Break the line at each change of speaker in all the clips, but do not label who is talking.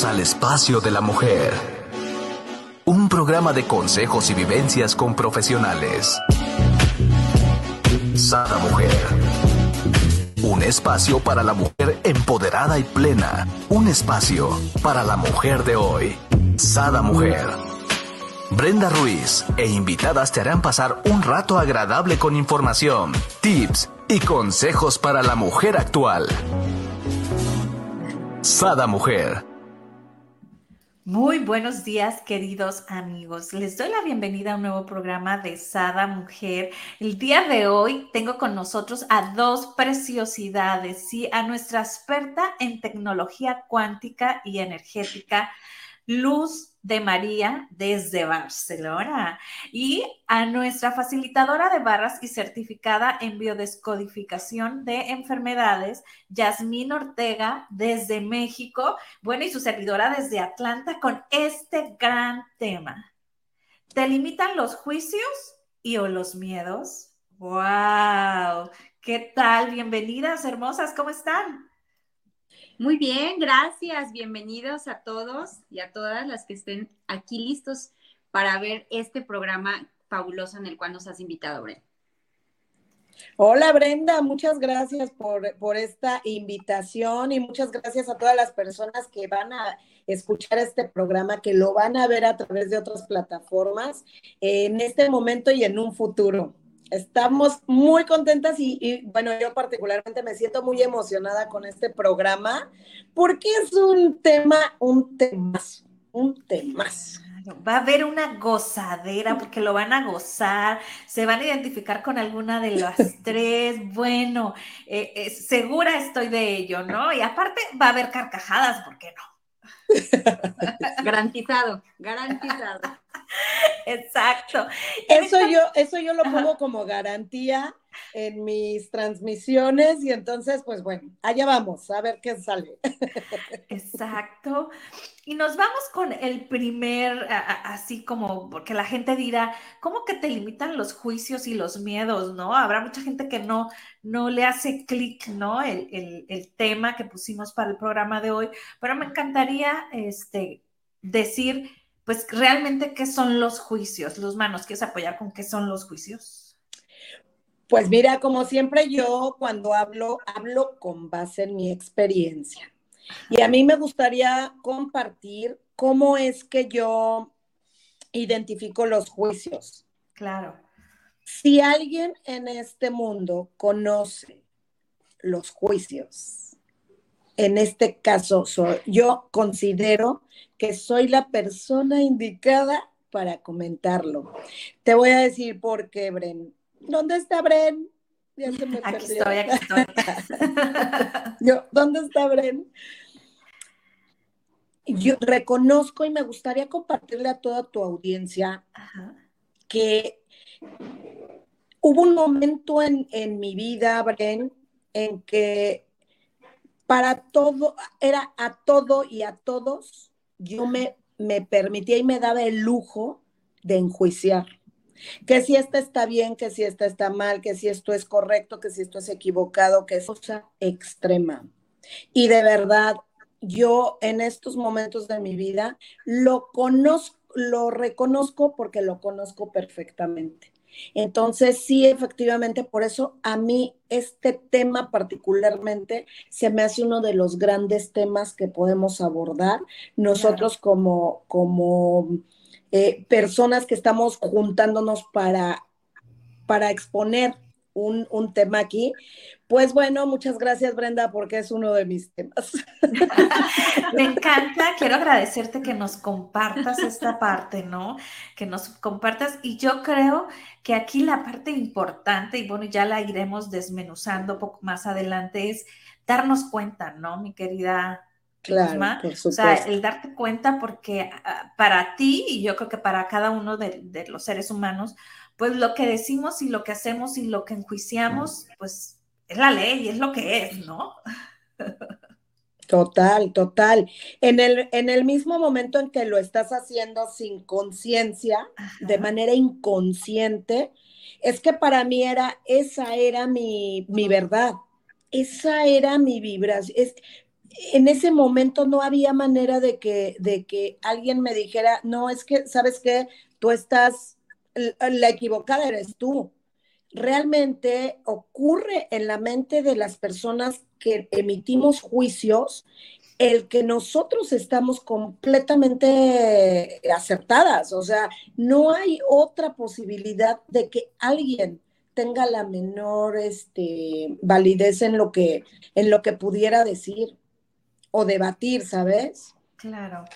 Bienvenidos al Espacio de la Mujer. Un programa de consejos y vivencias con profesionales. Sada Mujer. Un espacio para la mujer empoderada y plena. Un espacio para la mujer de hoy. Sada Mujer. Brenda Ruiz e invitadas te harán pasar un rato agradable con información, tips y consejos para la mujer actual. Sada Mujer.
Muy buenos días, queridos amigos. Les doy la bienvenida a un nuevo programa de Sada Mujer. El día de hoy tengo con nosotros a dos preciosidades, sí, a nuestra experta en tecnología cuántica y energética, Luz de María desde Barcelona, y a nuestra facilitadora de barras y certificada en biodescodificación de enfermedades, Yasmín Ortega desde México, bueno, y su servidora desde Atlanta con este gran tema. ¿Te limitan los juicios y o los miedos? ¡Wow! ¿Qué tal? Bienvenidas, hermosas, ¿cómo están?
Muy bien, gracias. Bienvenidos a todos y a todas las que estén aquí listos para ver este programa fabuloso en el cual nos has invitado, Brenda.
Hola Brenda, muchas gracias por esta invitación y muchas gracias a todas las personas que van a escuchar este programa, que lo van a ver a través de otras plataformas en este momento y en un futuro. Estamos muy contentas y bueno, yo particularmente me siento muy emocionada con este programa porque es un temazo.
Va a haber una gozadera porque lo van a gozar, se van a identificar con alguna de las tres. Bueno, segura estoy de ello, ¿no? Y aparte va a haber carcajadas, ¿por qué no?
Garantizado, garantizado.
Exacto.
Eso yo lo pongo como garantía en mis transmisiones y entonces, pues bueno, allá vamos, a ver qué sale.
Exacto. Y nos vamos con el primer, así como, porque la gente dirá, ¿cómo que te limitan los juicios y los miedos, no? Habrá mucha gente que no le hace clic, ¿no? El tema que pusimos para el programa de hoy, pero me encantaría decir, pues, realmente, ¿qué son los juicios? Luz Manos, ¿quieres apoyar con qué son los juicios?
Pues mira, como siempre yo cuando hablo con base en mi experiencia. Y a mí me gustaría compartir cómo es que yo identifico los juicios.
Claro.
Si alguien en este mundo conoce los juicios, en este caso yo considero que soy la persona indicada para comentarlo. Te voy a decir por qué, Bren. ¿Dónde está Bren? Ya se me
Aquí
perdió.
estoy.
¿Dónde está Bren? Yo reconozco y me gustaría compartirle a toda tu audiencia que hubo un momento en mi vida, Bren, en que para todo, era a todo y a todos, yo me permitía y me daba el lujo de enjuiciar. Que si esta está bien, que si esta está mal, que si esto es correcto, que si esto es equivocado, que es cosa extrema. Y de verdad, yo en estos momentos de mi vida lo reconozco porque lo conozco perfectamente. Entonces, sí, efectivamente, por eso a mí este tema particularmente se me hace uno de los grandes temas que podemos abordar nosotros como personas que estamos juntándonos para exponer un tema aquí. Pues bueno, muchas gracias, Brenda, porque es uno de mis temas.
Me encanta, quiero agradecerte que nos compartas esta parte, ¿no? Que nos compartas, y yo creo que aquí la parte importante, y bueno, ya la iremos desmenuzando un poco más adelante, es darnos cuenta, ¿no, mi querida Luzma?
Claro, por supuesto.
O sea, el darte cuenta porque para ti, y yo creo que para cada uno de los seres humanos, pues lo que decimos y lo que hacemos y lo que enjuiciamos, pues es la ley, es lo que es, ¿no?
Total. En el mismo momento en que lo estás haciendo sin conciencia, de manera inconsciente, es que para mí esa era mi verdad, esa era mi vibración. en ese momento no había manera de que alguien me dijera, no, es que, ¿sabes qué? Tú estás, la equivocada eres tú. Realmente ocurre en la mente de las personas que emitimos juicios el que nosotros estamos completamente acertadas, o sea, no hay otra posibilidad de que alguien tenga la menor validez en lo que pudiera decir o debatir, ¿sabes?
Claro.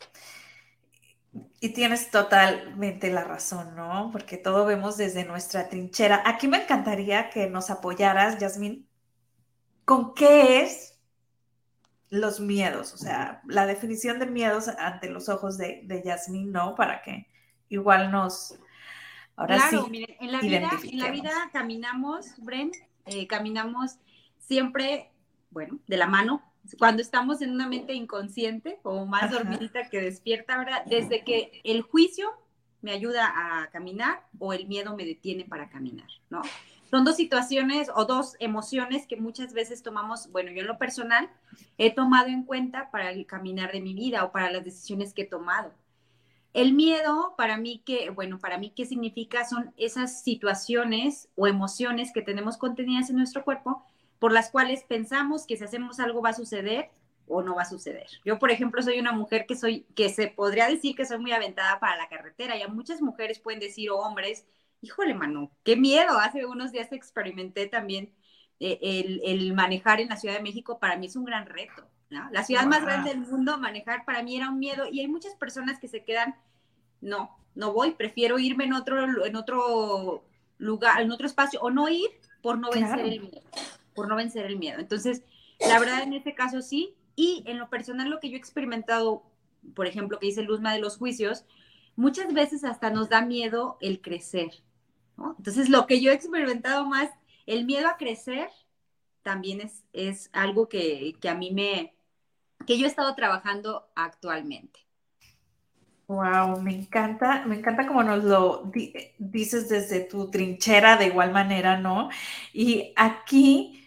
Y tienes totalmente la razón, ¿no? Porque todo vemos desde nuestra trinchera. Aquí me encantaría que nos apoyaras, Yasmín, con qué es los miedos, o sea, la definición de miedos ante los ojos de Yasmín, ¿no? Para que igual ahora
Claro,
sí,
miren, en la vida
identifiquemos.
caminamos, Bren, caminamos siempre, bueno, de la mano, cuando estamos en una mente inconsciente o más
Ajá,
dormidita que despierta, ¿verdad? Desde que el juicio me ayuda a caminar o el miedo me detiene para caminar, ¿no? Son dos situaciones o dos emociones que muchas veces tomamos, bueno, yo en lo personal he tomado en cuenta para el caminar de mi vida o para las decisiones que he tomado. El miedo, para mí, ¿qué significa? Son esas situaciones o emociones que tenemos contenidas en nuestro cuerpo por las cuales pensamos que si hacemos algo va a suceder o no va a suceder. Yo, por ejemplo, soy una mujer que se podría decir que soy muy aventada para la carretera. Ya muchas mujeres pueden decir, o hombres, híjole, mano, qué miedo. Hace unos días experimenté también el manejar en la Ciudad de México. Para mí es un gran reto, ¿no? La ciudad más
wow,
grande del mundo, manejar para mí era un miedo y hay muchas personas que se quedan no voy, prefiero irme en otro lugar, en otro espacio, o no ir por no vencer
claro.
el miedo, por no vencer el miedo. Entonces, la verdad en este caso sí, y en lo personal lo que yo he experimentado, por ejemplo, que dice Luzma de los juicios, muchas veces hasta nos da miedo el crecer, ¿no? Entonces, lo que yo he experimentado más, el miedo a crecer, también es algo que a mí que yo he estado trabajando actualmente.
Wow, me encanta como nos lo dices desde tu trinchera de igual manera, ¿no? Y aquí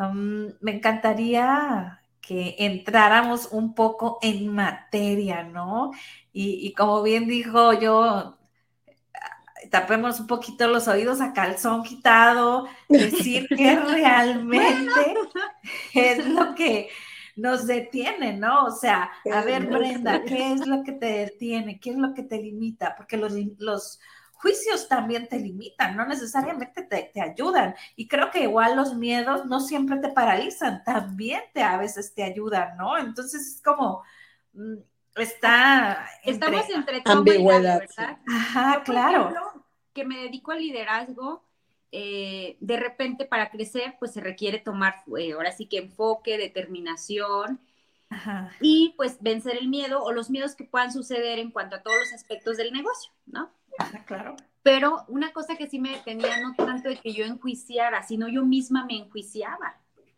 me encantaría que entráramos un poco en materia, ¿no? Y como bien dijo yo, tapemos un poquito los oídos a calzón quitado, decir que realmente es lo que nos detiene, ¿no? O sea, a ver, Brenda, ¿qué es lo que te detiene? ¿Qué es lo que te limita? Porque los juicios también te limitan, no necesariamente te ayudan. Y creo que igual los miedos no siempre te paralizan, también a veces te ayudan, ¿no? Entonces es como, mm, está
Estamos
entre,
entre toma y dale,
Ambigüedad, sí.
¿verdad?
ajá,
Yo, por
claro,
ejemplo, que me dedico al liderazgo, de repente para crecer, pues se requiere tomar, ahora sí que enfoque, determinación
ajá,
y pues vencer el miedo o los miedos que puedan suceder en cuanto a todos los aspectos del negocio, ¿no?
ajá, claro.
Pero una cosa que sí me detenía, no tanto de que yo enjuiciara, sino yo misma me enjuiciaba.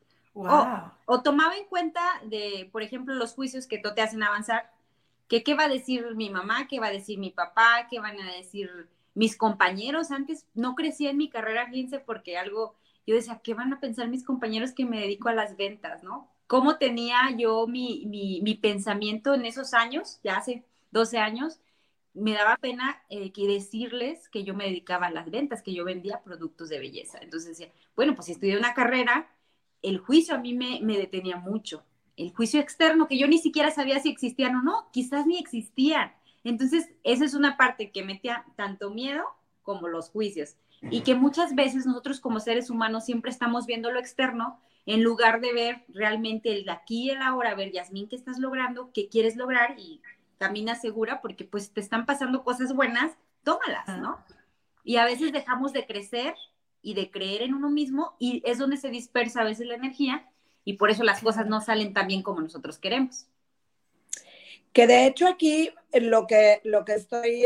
Wow.
O tomaba en cuenta de, por ejemplo, los juicios que no te hacen avanzar, que qué va a decir mi mamá, qué va a decir mi papá, qué van a decir mis compañeros. Antes no crecía en mi carrera, fíjense, porque algo, yo decía, ¿qué van a pensar mis compañeros que me dedico a las ventas, no? ¿Cómo tenía yo mi pensamiento en esos años, ya hace 12 años? Me daba pena que decirles que yo me dedicaba a las ventas, que yo vendía productos de belleza. Entonces decía, bueno, pues si estudié una carrera, el juicio a mí me detenía mucho. El juicio externo, que yo ni siquiera sabía si existían o no, quizás ni existían. Entonces, esa es una parte que metía tanto miedo como los juicios. Y que muchas veces nosotros como seres humanos siempre estamos viendo lo externo en lugar de ver realmente el aquí y el ahora. A ver, Yasmín, ¿qué estás logrando? ¿Qué quieres lograr? Y camina segura porque pues te están pasando cosas buenas, tómalas,
Ah,
¿no? Y a veces dejamos de crecer y de creer en uno mismo y es donde se dispersa a veces la energía y por eso las cosas
claro.
no salen tan bien como nosotros queremos.
Que de hecho aquí lo que estoy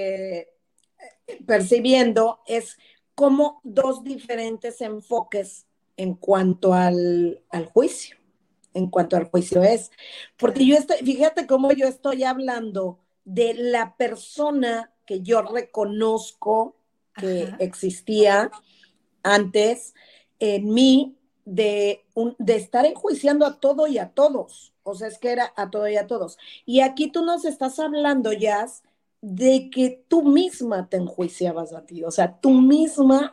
percibiendo es como dos diferentes enfoques en cuanto al juicio, en cuanto al juicio es. Porque
Claro.
fíjate cómo yo estoy hablando de la persona que yo reconozco que
Ajá.
existía antes en mí de estar enjuiciando a todo y a todos. o sea, es que era a todo y a todos. Y aquí tú nos estás hablando, Jazz, de que tú misma te enjuiciabas a ti, o sea, tú misma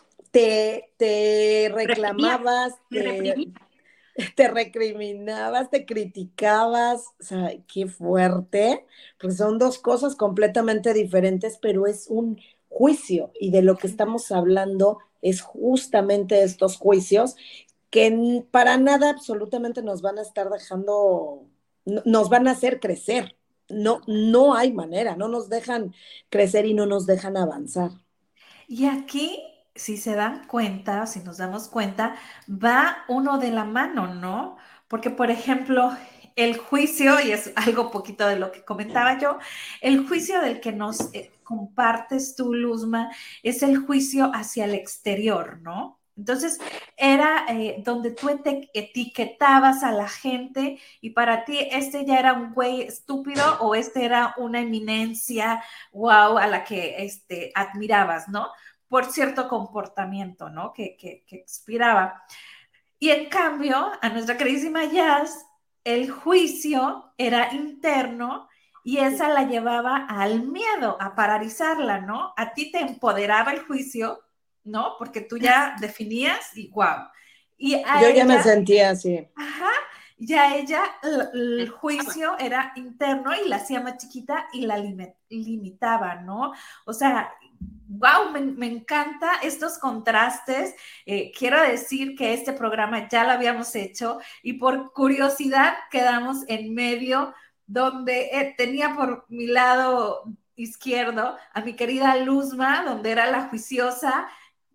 te
Reprimía,
reclamabas,
me reprimía.
te recriminabas, te criticabas, o sea, qué fuerte, porque son dos cosas completamente diferentes, pero es un juicio y de lo que estamos hablando es justamente estos juicios que para nada absolutamente nos van a estar dejando, nos van a hacer crecer. No, no hay manera, no nos dejan crecer y no nos dejan avanzar.
Y aquí, si se dan cuenta, si nos damos cuenta, va uno de la mano, ¿no? Porque, por ejemplo, el juicio, y es algo poquito de lo que comentaba yo, el juicio del que nos compartes tú, Luzma, es el juicio hacia el exterior, ¿no? Entonces, era donde tú etiquetabas a la gente y para ti este ya era un güey estúpido o este era una eminencia, wow, a la que admirabas, ¿no? Por cierto comportamiento, ¿no? Que expiraba. Y en cambio, a nuestra queridísima Jazz, el juicio era interno y esa la llevaba al miedo, a paralizarla, ¿no? A ti te empoderaba el juicio, ¿no? Porque tú ya definías y wow. Y a
Yo ya me
ella,
sentía así.
ajá, ya ella, el juicio era interno y la hacía más chiquita y la limitaba, ¿no? O sea, wow, me encanta estos contrastes. Quiero decir que este programa ya lo habíamos hecho y por curiosidad quedamos en medio donde tenía por mi lado izquierdo a mi querida Luzma, donde era la juiciosa,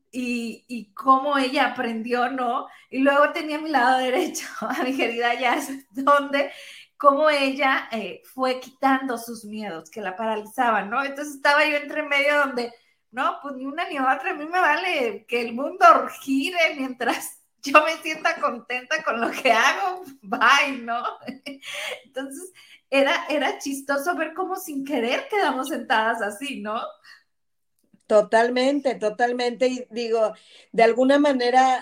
y cómo ella aprendió, ¿no? Y luego tenía a mi lado derecho a mi querida Jazz, donde cómo ella fue quitando sus miedos que la paralizaban, ¿no? Entonces estaba yo entre medio donde, no, pues ni una ni otra, a mí me vale que el mundo gire mientras yo me sienta contenta con lo que hago, bye, ¿no? Entonces era chistoso ver cómo sin querer quedamos sentadas así, ¿no?
Totalmente, totalmente. Y digo, de alguna manera,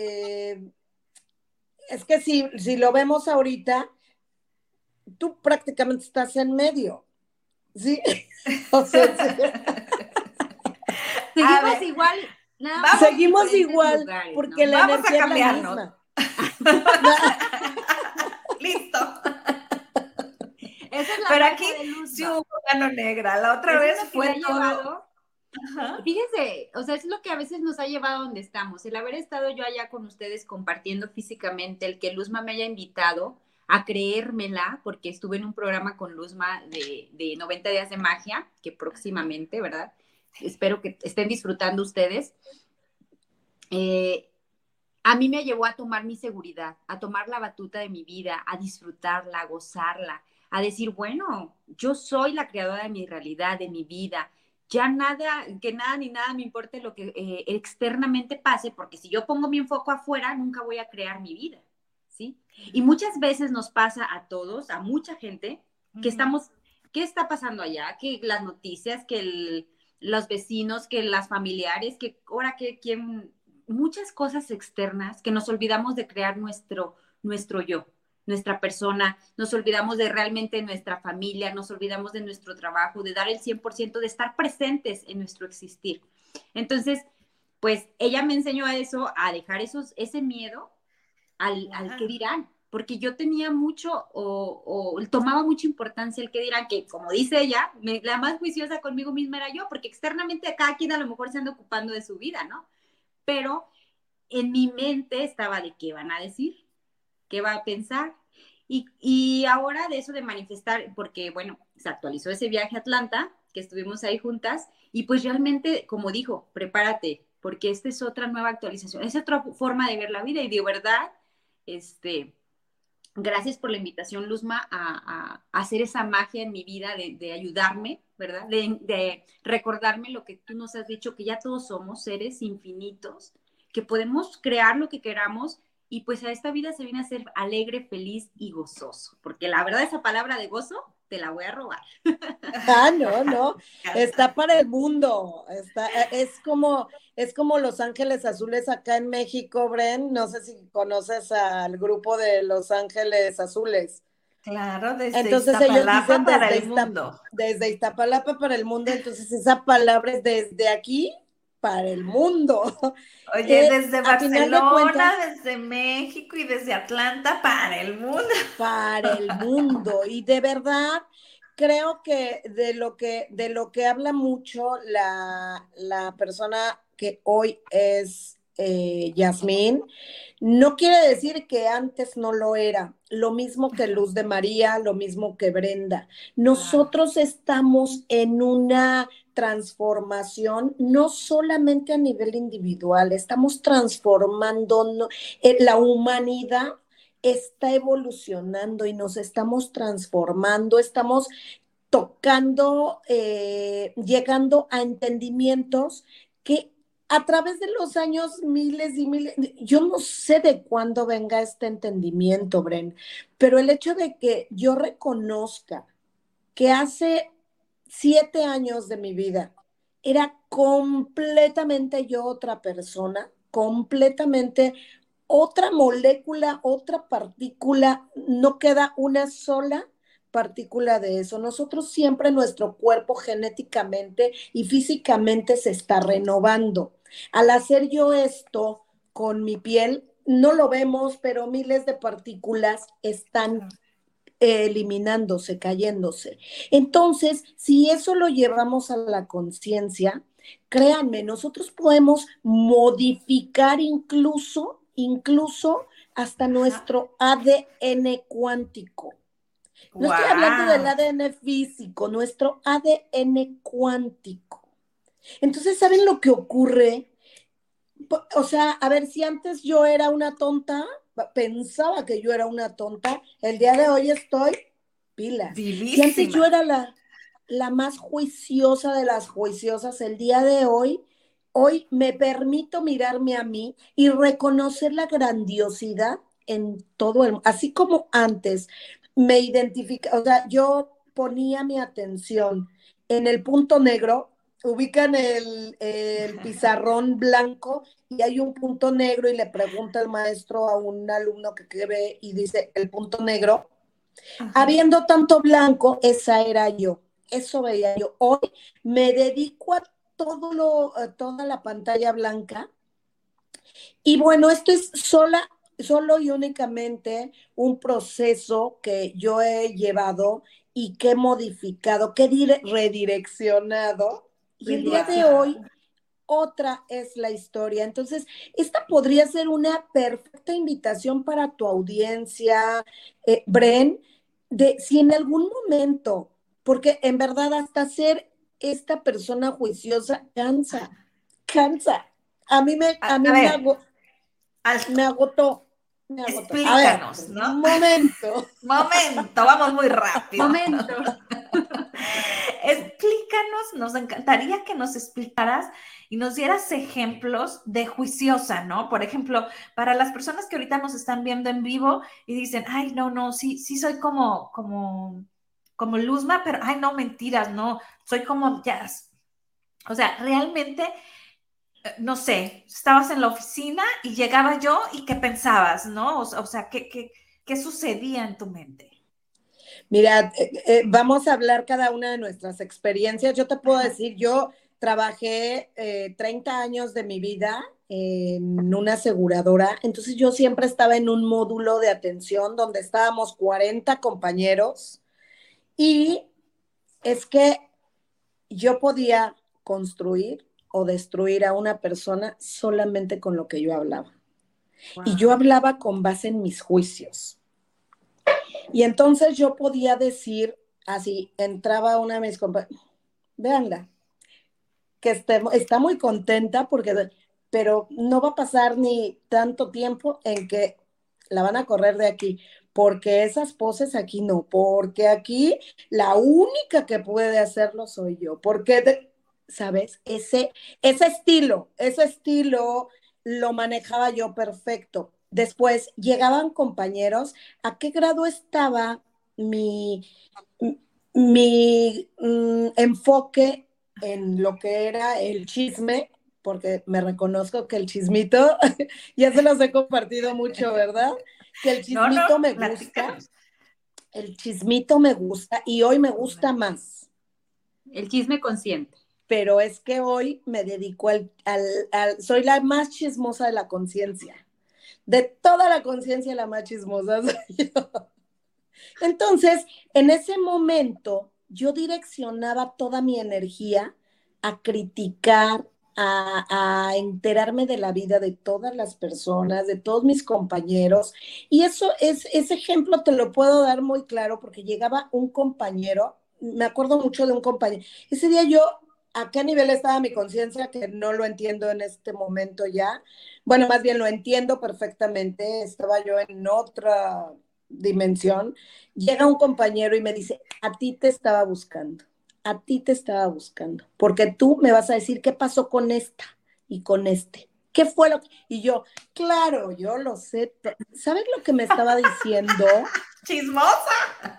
es que si lo vemos ahorita, tú prácticamente estás en medio, ¿sí? O sea, sí.
A
Seguimos
ver,
igual, nada más
vamos,
en
Seguimos
diferentes
igual
lugares,
porque
¿no?
la
vamos a
energía es la
cambiarnos.
misma.
Listo.
Esa es la
Pero aquí
magia de
sí
Luzma.
hubo mano negra. La otra
Eso
vez
es lo que me
fue
ha
todo.
llevado.
Ajá.
Fíjense, o sea, es lo que a veces nos ha llevado a donde estamos. El haber estado yo allá con ustedes compartiendo físicamente, el que Luzma me haya invitado a creérmela, porque estuve en un programa con Luzma de 90 días de magia, que próximamente, ¿verdad? Espero que estén disfrutando ustedes. A mí me llevó a tomar mi seguridad, a tomar la batuta de mi vida, a disfrutarla, a gozarla, a decir, bueno, yo soy la creadora de mi realidad, de mi vida. Ya nada, que nada ni nada me importe lo que externamente pase, porque si yo pongo mi enfoque afuera, nunca voy a crear mi vida, ¿sí? Y muchas veces nos pasa a todos, a mucha gente, que estamos, ¿qué está pasando allá? Que las noticias, que los vecinos, que las familiares, que ahora que quién muchas cosas externas que nos olvidamos de crear nuestro yo, nuestra persona, nos olvidamos de realmente nuestra familia, nos olvidamos de nuestro trabajo, de dar el 100%, de estar presentes en nuestro existir. Entonces, pues ella me enseñó a eso, a dejar ese miedo al qué dirán, porque yo tenía mucho o tomaba mucha importancia el qué dirán, que como dice ella, la más juiciosa conmigo misma era yo, porque externamente cada quien a lo mejor se anda ocupando de su vida, ¿no? Pero en mi mente estaba de qué van a decir, qué va a pensar. Y ahora de eso de manifestar, porque bueno, se actualizó ese viaje a Atlanta, que estuvimos ahí juntas, y pues realmente, como dijo, prepárate, porque esta es otra nueva actualización, es otra forma de ver la vida, y de verdad, gracias por la invitación, Luzma, a hacer esa magia en mi vida, de ayudarme, ¿verdad? De recordarme lo que tú nos has dicho, que ya todos somos seres infinitos, que podemos crear lo que queramos y pues a esta vida se viene a ser alegre, feliz y gozoso, porque la verdad esa palabra de gozo te la voy a robar.
No, está para el mundo, es como Los Ángeles Azules acá en México, Bren, no sé si conoces al grupo de Los Ángeles Azules.
Claro, desde
Entonces ellos
Iztapalapa
dicen
para el mundo.
desde Iztapalapa para el mundo, entonces esa palabra es desde aquí para el mundo,
Oye,
que
desde
a final de
Barcelona,
cuentas,
desde México y desde Atlanta para el mundo.
para el mundo. Y de verdad, creo que de lo que habla mucho la persona que hoy es Yasmín, no quiere decir que antes no lo era. Lo mismo que Luz de María, lo mismo que Brenda. Nosotros estamos en una transformación, no solamente a nivel individual, estamos transformando la humanidad está evolucionando y nos estamos transformando, estamos tocando, llegando a entendimientos que a través de los años, miles y miles, yo no sé de cuándo venga este entendimiento, Bren, pero el hecho de que yo reconozca que hace 7 años de mi vida era completamente yo otra persona, completamente otra molécula, otra partícula, no queda una sola partícula de eso. Nosotros siempre nuestro cuerpo genéticamente y físicamente se está renovando. Al hacer yo esto con mi piel, no lo vemos, pero miles de partículas están eliminándose, cayéndose. Entonces, si eso lo llevamos a la conciencia, créanme, nosotros podemos modificar incluso hasta nuestro ADN cuántico. No estoy hablando del
Wow.
ADN físico, nuestro ADN cuántico. Entonces, ¿saben lo que ocurre? O sea, a ver, si antes yo era una tonta, pensaba que yo era una tonta, el día de hoy estoy pilas. Si antes yo
Vivísima.
era la más juiciosa de las juiciosas, el día de hoy me permito mirarme a mí y reconocer la grandiosidad en todo el mundo. Así como antes me identifica, o sea, yo ponía mi atención en el punto negro, ubican el pizarrón blanco y hay un punto negro y le pregunta el maestro a un alumno que ve y dice el punto negro.
Ajá.
Habiendo tanto blanco, esa era yo, eso veía yo. Hoy me dedico a toda la pantalla blanca y bueno, esto es solo y únicamente un proceso que yo he llevado y que he modificado, que he redireccionado. Y el día de
Wow.
hoy otra es la historia. Entonces, esta podría ser una perfecta invitación para tu audiencia, Bren, de si en algún momento, porque en verdad hasta ser esta persona juiciosa cansa. A mí
A ver, alto.
me agotó, me agotó. A ver,
Explícanos, ¿no?
un momento.
Momento, vamos muy rápido.
Momento.
Explícanos, nos encantaría que nos explicaras y nos dieras ejemplos de juiciosa, ¿no? Por ejemplo, para las personas que ahorita nos están viendo en vivo y dicen, ay, no, no, sí, sí soy como Luzma, pero, ay, no, mentiras, no, soy como Jazz. O sea, realmente, no sé, estabas en la oficina y llegaba yo y qué pensabas, ¿no? O sea, ¿qué sucedía en tu mente?
Mira, vamos a hablar cada una de nuestras experiencias. Yo te puedo
Ajá.
decir, yo trabajé 30 años de mi vida en una aseguradora, entonces yo siempre estaba en un módulo de atención donde estábamos 40 compañeros y es que yo podía construir o destruir a una persona solamente con lo que yo hablaba. Y yo
Wow.
hablaba con base en mis juicios. Y entonces yo podía decir, así, entraba una de mis compañeras, véanla, que está muy contenta pero no va a pasar ni tanto tiempo en que la van a correr de aquí, porque esas poses aquí no, porque aquí la única que puede hacerlo soy yo, ¿sabes? Ese estilo lo manejaba yo perfecto. Después llegaban compañeros, ¿a qué grado estaba mi, mi enfoque en lo que era el chisme, porque me reconozco que el chismito, ya se los he compartido mucho, ¿verdad? Que el
No, no,
chismito me gusta,
platícanos.
el chismito me gusta y hoy me gusta más.
El chisme consciente.
Pero es que hoy me dedico soy la más chismosa de la conciencia. De toda la conciencia, la más chismosa soy yo. Entonces, en ese momento, yo direccionaba toda mi energía a criticar, a enterarme de la vida de todas las personas, de todos mis compañeros. Y ese ejemplo te lo puedo dar muy claro porque llegaba un compañero, me acuerdo mucho de un compañero. Ese día yo, ¿a qué nivel estaba mi conciencia? Que no lo entiendo en este momento ya. Bueno, más bien lo entiendo perfectamente. Estaba yo en otra dimensión. Llega un compañero y me dice, a ti te estaba buscando, a ti te estaba buscando, porque tú me vas a decir qué pasó con esta y con este. ¿Qué fue lo que? Y yo, claro, yo lo sé. ¿Sabes lo que me estaba diciendo?
Chismosa.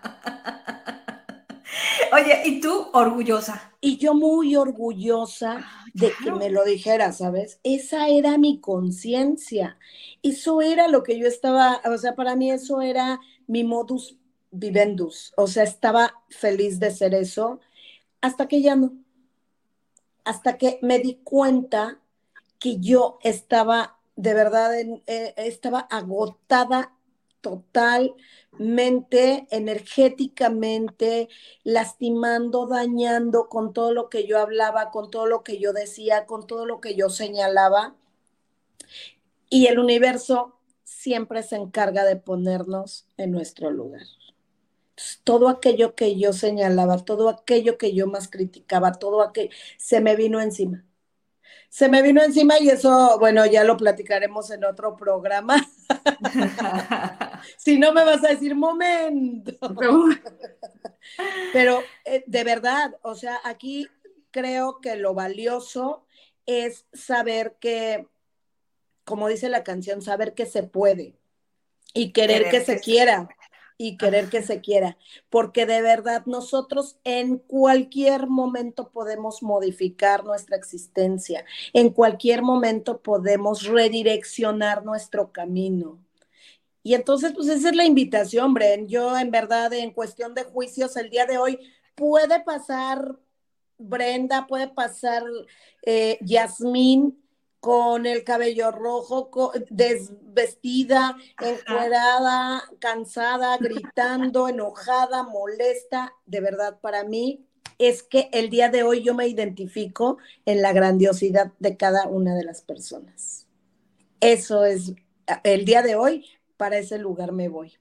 Oye, ¿y tú orgullosa?
Y yo muy orgullosa
Ah,
de que me
claro.
lo dijera, ¿sabes? Esa era mi conciencia. Eso era lo que yo estaba, o sea, para mí eso era mi modus vivendus. O sea, estaba feliz de ser eso hasta que ya no. Hasta que me di cuenta que yo estaba, de verdad, estaba agotada totalmente, energéticamente, lastimando, dañando con todo lo que yo hablaba, con todo lo que yo decía, con todo lo que yo señalaba. Y el universo siempre se encarga de ponernos en nuestro lugar. Entonces, todo aquello que yo señalaba, todo aquello que yo más criticaba, todo aquello, se me vino encima. Se me vino encima y eso, bueno, ya lo platicaremos en otro programa. Si no me vas a decir momento. Pero de verdad, o sea, aquí creo que lo valioso es saber que, como dice la canción, saber que se puede y querer que
Querer
se
que se
quiera
pueda.
y querer que se quiera, porque de verdad nosotros en cualquier momento podemos modificar nuestra existencia, en cualquier momento podemos redireccionar nuestro camino. Y entonces, pues esa es la invitación, Bren. Yo en verdad, en cuestión de juicios, el día de hoy puede pasar Brenda, puede pasar Yasmín con el cabello rojo, desvestida,
Ajá.
encuerada, cansada, gritando, enojada, molesta. De verdad, para mí es que el día de hoy yo me identifico en la grandiosidad de cada una de las personas. Eso es, el día de hoy, para ese lugar me voy.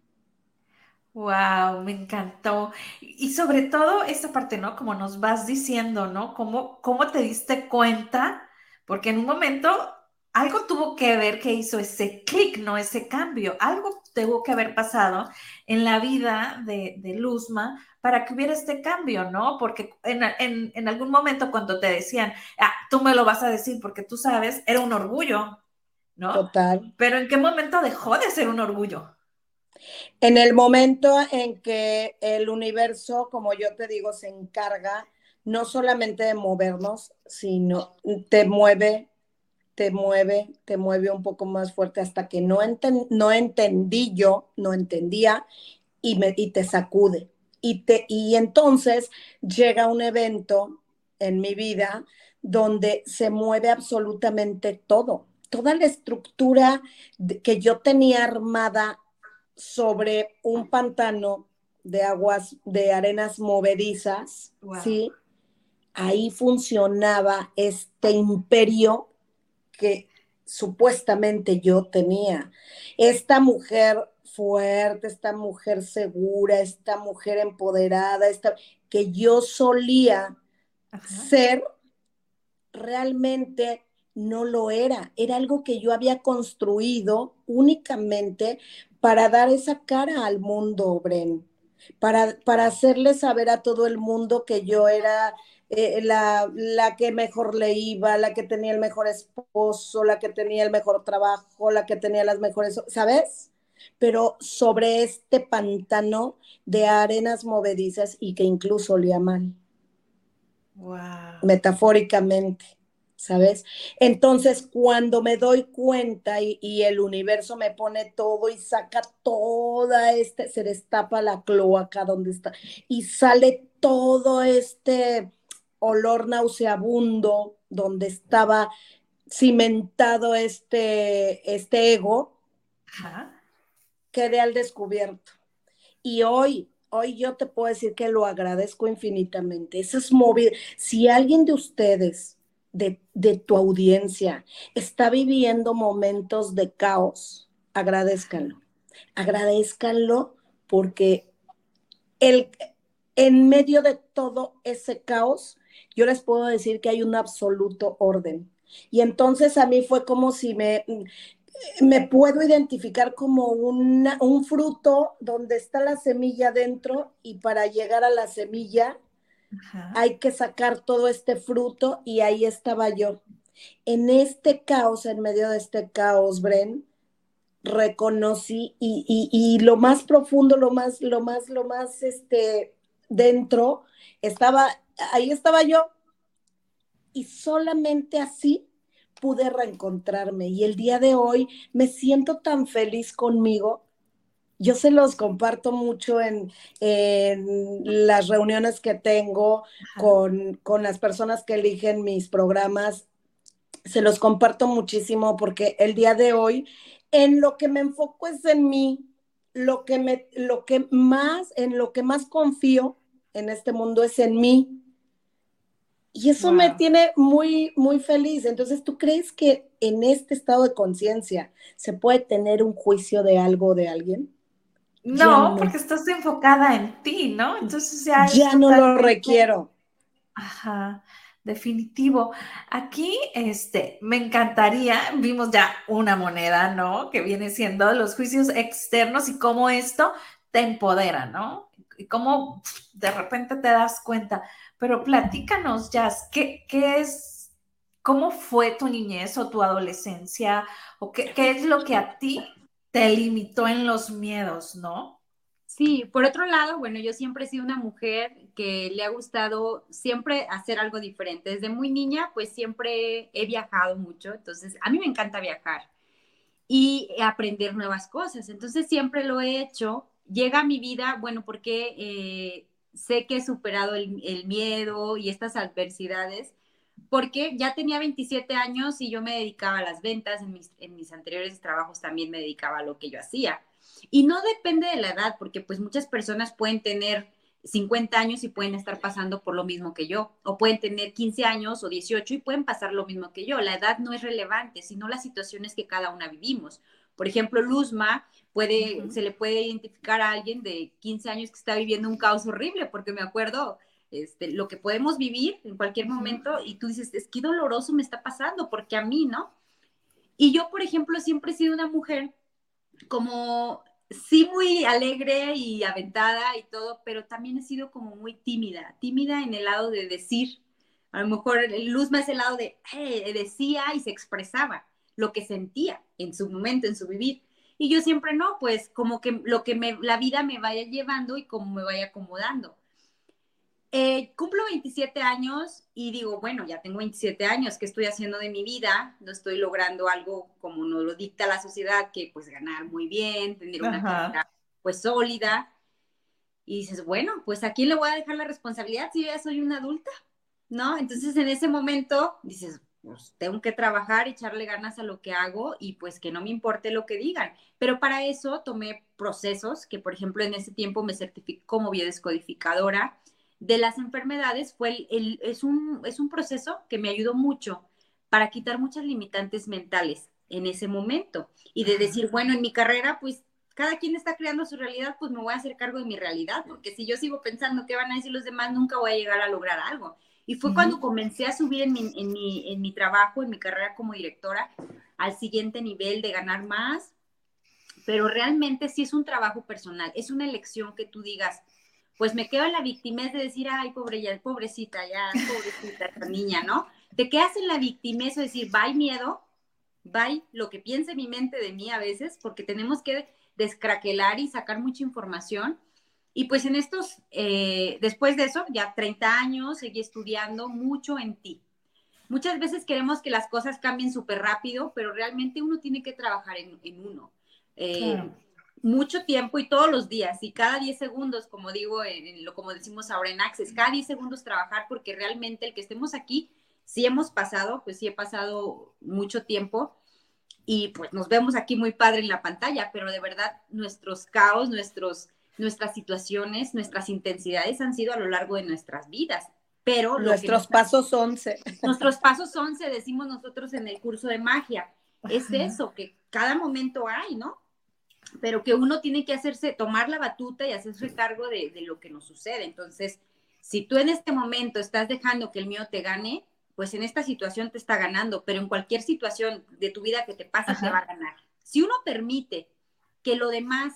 Wow, me encantó. Y sobre todo esta parte, ¿no? Como nos vas diciendo, ¿no? ¿Cómo te diste cuenta? Porque en un momento algo tuvo que ver que hizo ese clic, ¿no? Ese cambio. Algo tuvo que haber pasado en la vida de Luzma para que hubiera este cambio, ¿no? Porque en algún momento cuando te decían, ah, tú me lo vas a decir porque tú sabes, era un orgullo, ¿no?
Total.
Pero ¿en qué momento dejó de ser un orgullo?
En el momento en que el universo, como yo te digo, se encarga no solamente de movernos, sino te mueve, te mueve, te mueve un poco más fuerte hasta que no entendí yo, no entendía y te sacude. Y entonces llega un evento en mi vida donde se mueve absolutamente todo. Toda la estructura que yo tenía armada sobre un pantano de aguas, de arenas movedizas,
Wow.
¿sí? Ahí funcionaba este imperio que supuestamente yo tenía. Esta mujer fuerte, esta mujer segura, esta mujer empoderada, que yo solía
Ajá.
ser, realmente no lo era. Era algo que yo había construido únicamente para dar esa cara al mundo, Bren, para hacerle saber a todo el mundo que yo era la que mejor le iba, la que tenía el mejor esposo, la que tenía el mejor trabajo, la que tenía las mejores, ¿sabes? pero sobre este pantano de arenas movedizas y que incluso olía mal.
Wow.
Metafóricamente, ¿sabes? Entonces, cuando me doy cuenta y el universo me pone todo y saca toda se destapa la cloaca donde está y sale todo este olor nauseabundo donde estaba cimentado este ego,
Ajá.
quedé al descubierto. Y hoy yo te puedo decir que lo agradezco infinitamente. Esas movidas, si alguien de ustedes, de tu audiencia, está viviendo momentos de caos, agradezcanlo. Agradezcanlo porque el, en medio de todo ese caos, yo les puedo decir que hay un absoluto orden. Y entonces a mí fue como si me puedo identificar como un fruto donde está la semilla dentro y para llegar a la semilla
Ajá.
hay que sacar todo este fruto y ahí estaba yo. En este caos, en medio de este caos, Bren, reconocí y lo más profundo, dentro, estaba, ahí estaba yo y solamente así pude reencontrarme y el día de hoy me siento tan feliz conmigo. Yo se los comparto mucho en las reuniones que tengo
Ajá.
con las personas que eligen mis programas. Se los comparto muchísimo porque el día de hoy en lo que me enfoco es en mí, en lo que más confío en este mundo es en mí. Y eso me
Wow.
tiene muy, muy feliz. Entonces, ¿tú crees que en este estado de conciencia se puede tener un juicio de algo o de alguien? Ya
No,
no,
porque estás enfocada en ti, ¿no? Entonces ya es
ya no lo
totalmente,
requiero.
ajá, definitivo. Aquí, me encantaría, vimos ya una moneda, ¿no? Que viene siendo los juicios externos y cómo esto te empodera, ¿no? Y cómo de repente te das cuenta. Pero platícanos, Jazz, ¿qué es, cómo fue tu niñez o tu adolescencia? ¿O qué es lo que a ti te limitó en los miedos, ¿no?
Sí, por otro lado, bueno, yo siempre he sido una mujer que le ha gustado siempre hacer algo diferente. Desde muy niña, pues siempre he viajado mucho, entonces a mí me encanta viajar y aprender nuevas cosas. Entonces siempre lo he hecho. Llega a mi vida, bueno, porque sé que he superado el miedo y estas adversidades, porque ya tenía 27 años y yo me dedicaba a las ventas, en mis anteriores trabajos también me dedicaba a lo que yo hacía. Y no depende de la edad, porque pues muchas personas pueden tener 50 años y pueden estar pasando por lo mismo que yo, o pueden tener 15 años o 18 y pueden pasar lo mismo que yo. La edad no es relevante, sino las situaciones que cada una vivimos. Por ejemplo, Luzma se le puede identificar a alguien de 15 años que está viviendo un caos horrible, porque me acuerdo lo que podemos vivir en cualquier momento y tú dices, es que doloroso me está pasando, porque a mí, ¿no? Y yo, por ejemplo, siempre he sido una mujer como sí muy alegre y aventada y todo, pero también he sido como muy tímida, tímida en el lado de decir, a lo mejor Luzma es el lado de decía y se expresaba lo que sentía en su momento, en su vivir. Y yo siempre no, pues como que la vida me vaya llevando y como me vaya acomodando. Cumplo 27 años y digo, bueno, ya tengo 27 años, ¿qué estoy haciendo de mi vida? No estoy logrando algo como nos lo dicta la sociedad, que pues ganar muy bien, tener una
Ajá.
carrera pues sólida. Y dices, bueno, pues ¿a quién le voy a dejar la responsabilidad si yo ya soy una adulta? ¿No? Entonces en ese momento dices, pues tengo que trabajar, echarle ganas a lo que hago y pues que no me importe lo que digan. Pero para eso tomé procesos que, por ejemplo, en ese tiempo me certifiqué como biodescodificadora de las enfermedades. Es un proceso que me ayudó mucho para quitar muchas limitantes mentales en ese momento y de
Ajá.
decir, bueno, en mi carrera, pues cada quien está creando su realidad, pues me voy a hacer cargo de mi realidad, porque si yo sigo pensando qué van a decir los demás, nunca voy a llegar a lograr algo. Y fue cuando comencé a subir en mi trabajo, en mi carrera como directora, al siguiente nivel de ganar más, pero realmente sí es un trabajo personal, es una elección que tú digas, pues me quedo en la victimez de decir, ay, pobrecita, esta niña, ¿no? Te quedas en la victimez o decir, bye miedo, bye lo que piense mi mente de mí a veces, porque tenemos que descraquelar y sacar mucha información. Y pues en después de eso, ya 30 años, seguí estudiando mucho en ti. Muchas veces queremos que las cosas cambien súper rápido, pero realmente uno tiene que trabajar en uno.
Claro.
Mucho tiempo y todos los días, y cada 10 segundos, como digo, como decimos ahora en Access, cada 10 segundos trabajar, porque realmente el que estemos aquí, sí hemos pasado, pues sí he pasado mucho tiempo, y pues nos vemos aquí muy padre en la pantalla, pero de verdad nuestros caos, nuestras situaciones, nuestras intensidades han sido a lo largo de nuestras vidas. Pero
nuestros pasos 11.
Nuestros pasos 11, decimos nosotros en el curso de magia. Es eso, que cada momento hay, ¿no? Pero que uno tiene que tomar la batuta y hacerse cargo de lo que nos sucede. Entonces, si tú en este momento estás dejando que el mío te gane, pues en esta situación te está ganando, pero en cualquier situación de tu vida que te pase, te va a ganar. Si uno permite que lo demás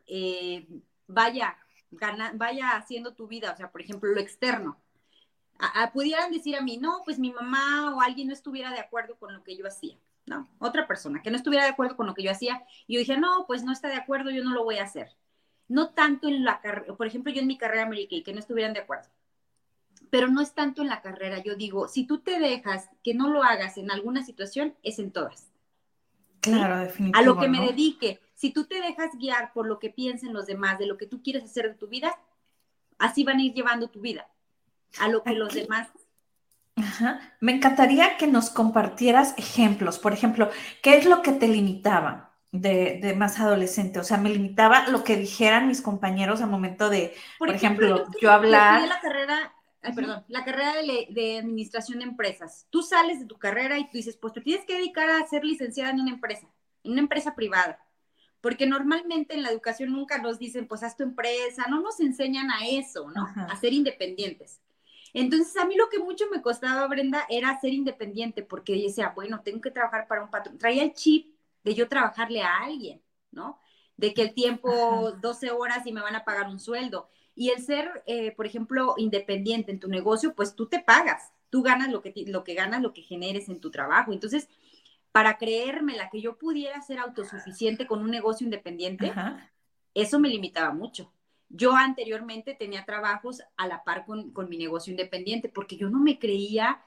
vaya haciendo tu vida, o sea, por ejemplo, lo externo, pudieran decir a mí, no, pues mi mamá o alguien no estuviera de acuerdo con lo que yo hacía, ¿no? Otra persona que no estuviera de acuerdo con lo que yo hacía, y yo dije, no, pues no está de acuerdo, yo no lo voy a hacer. No tanto en la carrera, por ejemplo, yo en mi carrera Mary Kay, que no estuvieran de acuerdo, pero no es tanto en la carrera. Yo digo, si tú te dejas que no lo hagas en alguna situación, es en todas.
Claro,
¿sí?
definitivo,
a lo que
¿no?
me dedique, si tú te dejas guiar por lo que piensen los demás, de lo que tú quieres hacer de tu vida, así van a ir llevando tu vida, a lo que los demás...
Ajá. Me encantaría que nos compartieras ejemplos. Por ejemplo, ¿qué es lo que te limitaba de más adolescente? O sea, me limitaba lo que dijeran mis compañeros al momento de, por ejemplo, yo hablar.
Estudié la carrera, la carrera de administración de empresas. Tú sales de tu carrera y tú dices, pues te tienes que dedicar a ser licenciada en una empresa privada. Porque normalmente en la educación nunca nos dicen, pues haz tu empresa, no nos enseñan a eso, ¿no?
Ajá.
A ser independientes. Entonces, a mí lo que mucho me costaba, Brenda, era ser independiente, porque yo decía, bueno, tengo que trabajar para un patrón. Traía el chip de yo trabajarle a alguien, ¿no? De que el tiempo, 12 horas y me van a pagar un sueldo. Y el ser, por ejemplo, independiente en tu negocio, pues tú te pagas. Tú ganas lo que ganas, lo que generes en tu trabajo. Entonces, para creérmela que yo pudiera ser autosuficiente con un negocio independiente, eso me limitaba mucho. Yo anteriormente tenía trabajos a la par con mi negocio independiente, porque yo no me creía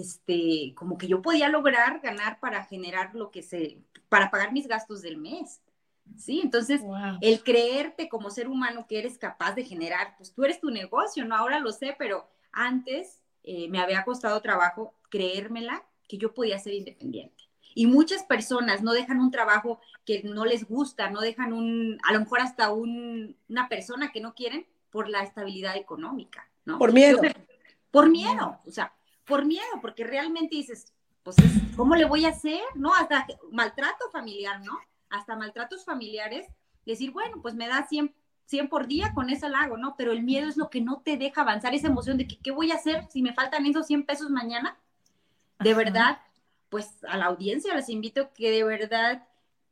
como que yo podía lograr ganar para generar para pagar mis gastos del mes. ¿Sí? Entonces, el creerte como ser humano que eres capaz de generar, pues tú eres tu negocio, ¿no? Ahora lo sé, pero antes me había costado trabajo creérmela que yo podía ser independiente. Y muchas personas no dejan un trabajo que no les gusta, no dejan a lo mejor hasta una persona que no quieren por la estabilidad económica, ¿no?
Por miedo.
Por miedo, o sea, por miedo, porque realmente dices, pues, ¿cómo le voy a hacer? ¿No? Hasta maltrato familiar, ¿no? Hasta maltratos familiares, decir, bueno, pues me da 100 por día, con eso lo hago, ¿no? Pero el miedo es lo que no te deja avanzar, esa emoción de que, ¿qué voy a hacer si me faltan esos 100 pesos mañana? De verdad, pues a la audiencia les invito que de verdad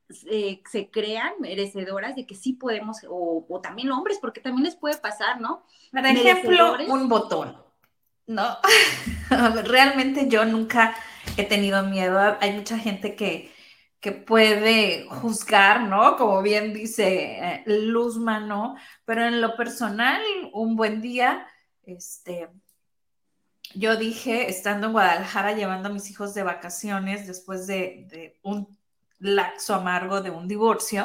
se crean merecedoras de que sí podemos, o también hombres, porque también les puede pasar, ¿no?
Por ejemplo, un botón, ¿no? Realmente yo nunca he tenido miedo. Hay mucha gente que puede juzgar, ¿no? Como bien dice Luzma, ¿no? Pero en lo personal, un buen día, yo dije, estando en Guadalajara, llevando a mis hijos de vacaciones después de un lapso amargo de un divorcio,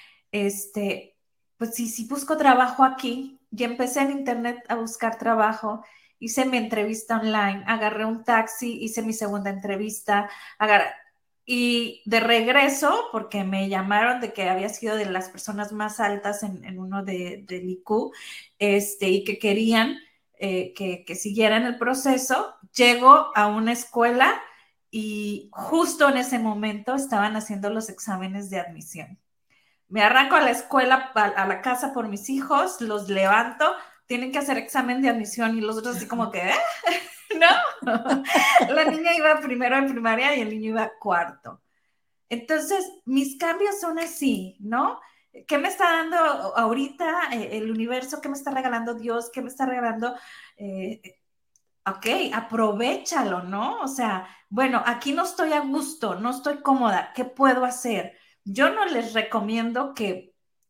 pues sí busco trabajo aquí. Y empecé en internet a buscar trabajo, hice mi entrevista online, agarré un taxi, hice mi segunda entrevista, y de regreso, porque me llamaron de que había sido de las personas más altas en uno del IQ, y que querían que siguieran el proceso, llego a una escuela y justo en ese momento estaban haciendo los exámenes de admisión. Me arranco a la escuela, a la casa por mis hijos, los levanto, tienen que hacer examen de admisión y los otros así como que, no, la niña iba primero en primaria y el niño iba cuarto. Entonces, mis cambios son así, ¿no? ¿Qué me está dando ahorita el universo? ¿Qué me está regalando Dios? ¿Qué me está regalando? Ok, aprovéchalo, ¿no? O sea, bueno, aquí no estoy a gusto, no estoy cómoda, ¿qué puedo hacer? Yo no les recomiendo que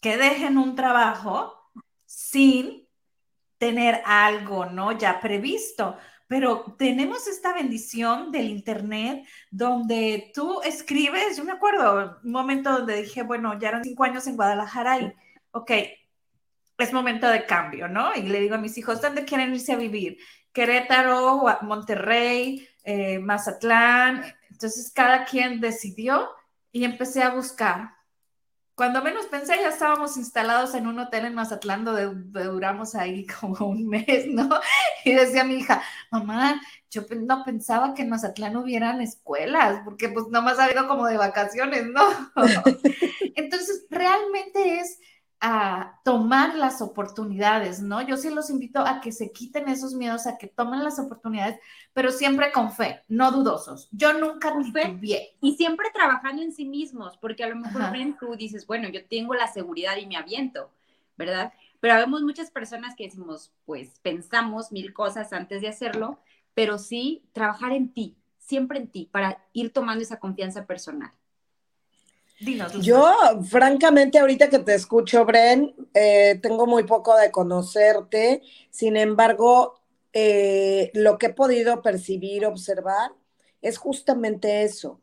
que dejen un trabajo sin tener algo, ¿no? Ya previsto. Pero tenemos esta bendición del internet donde tú escribes, yo me acuerdo un momento donde dije, bueno, ya eran 5 años en Guadalajara y, ok, es momento de cambio, ¿no? Y le digo a mis hijos, ¿dónde quieren irse a vivir? Querétaro, Monterrey, Mazatlán. Entonces cada quien decidió y empecé a buscar. Cuando menos pensé, ya estábamos instalados en un hotel en Mazatlán donde duramos ahí como un mes, ¿no? Y decía mi hija, mamá, yo no pensaba que en Mazatlán hubieran escuelas, porque pues nomás ha ido como de vacaciones, ¿no? Entonces, realmente es a tomar las oportunidades, ¿no? Yo sí los invito a que se quiten esos miedos, a que tomen las oportunidades, pero siempre con fe, no dudosos. Yo nunca titubeé.
Y siempre trabajando en sí mismos, porque a lo mejor,
Ajá.
Bren, tú dices, bueno, yo tengo la seguridad y me aviento, ¿verdad? Pero vemos muchas personas que decimos, pues pensamos mil cosas antes de hacerlo, pero sí trabajar en ti, siempre en ti, para ir tomando esa confianza personal.
Dinos,
Yo,
Luzbel.
francamente, ahorita que te escucho, Bren, tengo muy poco de conocerte. Sin embargo, lo que he podido percibir, observar, es justamente eso.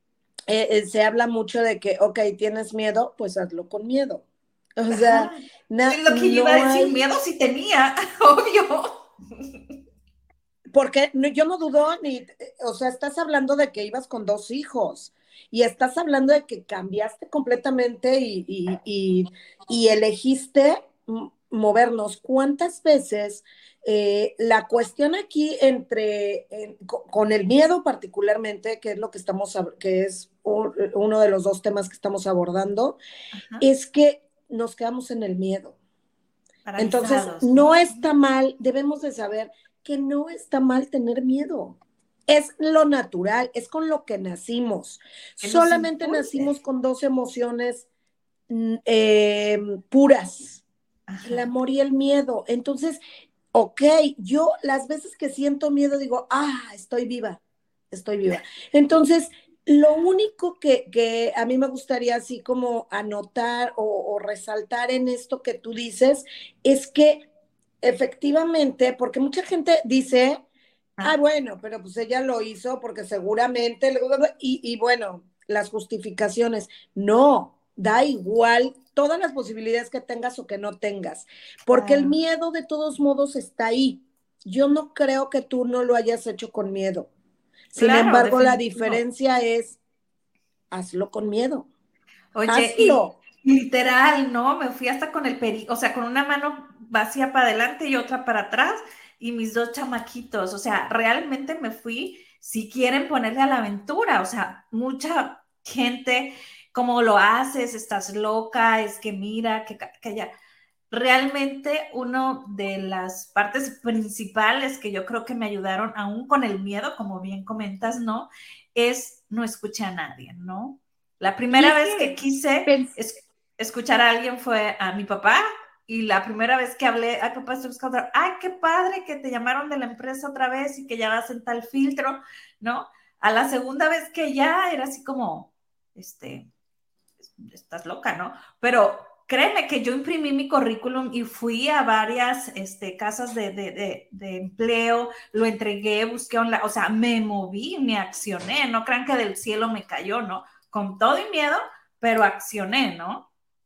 Se habla mucho de que, ok, tienes miedo, pues hazlo con miedo. O sea,
Ajá. Es lo que yo iba a
no
decir,
hay,
miedo sí tenía, obvio.
porque yo no dudo ni, o sea, estás hablando de que ibas con 2 hijos y estás hablando de que cambiaste completamente y elegiste movernos. ¿Cuántas veces la cuestión aquí con el miedo particularmente, que es lo que que es uno de los 2 temas que estamos abordando,
Ajá.
es que nos quedamos en el miedo? Entonces,
Paralizados,
no
¿no?
está mal, debemos de saber que no está mal tener miedo. Es lo natural, es con lo que nacimos.
Que nos
Solamente nacimos
impulse.
con 2 emociones puras, el
Ajá.
amor y el miedo. Entonces, ok, yo las veces que siento miedo digo, estoy viva, estoy viva. Entonces, lo único que a mí me gustaría así como anotar o resaltar en esto que tú dices es que efectivamente, porque mucha gente dice,
Ah,
bueno, pero pues ella lo hizo porque seguramente, y bueno, las justificaciones, no, da igual todas las posibilidades que tengas o que no tengas, porque el
claro.
miedo de todos modos está ahí. Yo no creo que tú no lo hayas hecho con miedo. Sin
Claro,
embargo, la
definitivo.
diferencia es, hazlo con miedo,
Oye, y
hazlo.
literal, ¿no? Me fui hasta con el o sea, con una mano vacía para adelante y otra para atrás, y mis 2 chamaquitos. O sea, realmente me fui, si quieren ponerle a la aventura. O sea, mucha gente, ¿cómo lo haces? Estás loca, es que mira, que ya. Realmente una de las partes principales que yo creo que me ayudaron, aún con el miedo, como bien comentas, ¿no? Es no escuché a nadie, ¿no? La
Y
primera
es
vez que
que,
quise escuchar a alguien fue a mi papá, y la primera vez que hablé, ay papá, estoy buscando, ay, qué padre que te llamaron de la empresa otra vez y que ya vas en tal filtro, ¿no? A la segunda vez que ya era así como, estás loca, ¿no? Pero créeme que yo imprimí mi currículum y fui a varias casas de empleo, lo entregué, busqué online, o sea, me moví, me accioné, no crean que del cielo me cayó, ¿no? Con todo y miedo, pero accioné, ¿no?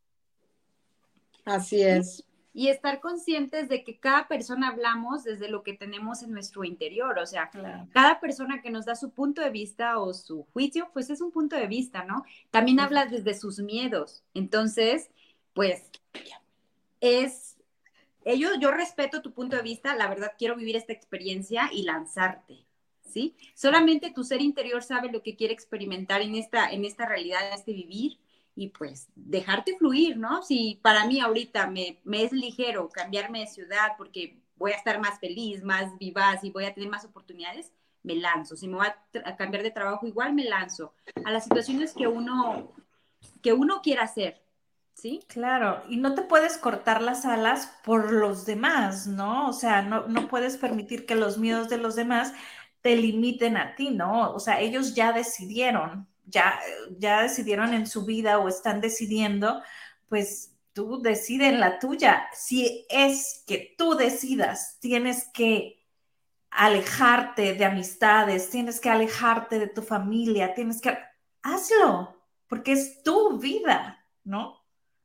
Así
y,
es.
y estar conscientes de que cada persona hablamos desde lo que tenemos en nuestro interior, o sea,
Claro.
cada persona que nos da su punto de vista o su juicio, pues es un punto de vista, ¿no? También habla desde sus miedos. Entonces, pues es, yo respeto tu punto de vista, la verdad quiero vivir esta experiencia y lanzarte, ¿sí? Solamente tu ser interior sabe lo que quiere experimentar en esta realidad, en este vivir, y pues dejarte fluir, ¿no? Si para mí ahorita me es ligero cambiarme de ciudad porque voy a estar más feliz, más vivaz y voy a tener más oportunidades, me lanzo. Si me voy a cambiar de trabajo, igual me lanzo a las situaciones que uno quiera hacer, ¿sí?
Claro, y no te puedes cortar las alas por los demás, ¿no? O sea, no puedes permitir que los miedos de los demás te limiten a ti, ¿no? O sea, ellos ya decidieron en su vida o están decidiendo, pues tú decides en la tuya. Si es que tú decidas, tienes que alejarte de amistades, tienes que alejarte de tu familia, hazlo, porque es tu vida, ¿no?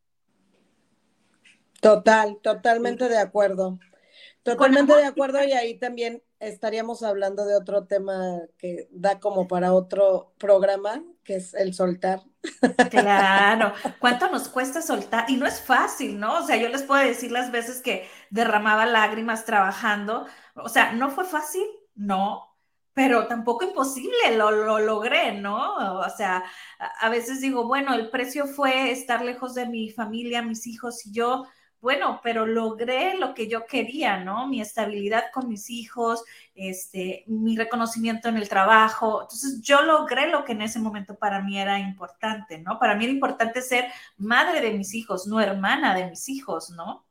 Totalmente de acuerdo. Totalmente de acuerdo, y ahí también estaríamos hablando de otro tema que da como para otro programa, que es el soltar.
Claro, ¿cuánto nos cuesta soltar? Y no es fácil, ¿no? O sea, yo les puedo decir las veces que derramaba lágrimas trabajando, o sea, no fue fácil, no, pero tampoco imposible, lo logré, ¿no? O sea, a veces digo, bueno, el precio fue estar lejos de mi familia, mis hijos y yo, bueno, pero logré lo que yo quería, ¿no? Mi estabilidad con mis hijos, mi reconocimiento en el trabajo. Entonces yo logré lo que en ese momento para mí era importante, ¿no? Para mí era importante ser madre de mis hijos, no hermana de mis hijos, ¿no?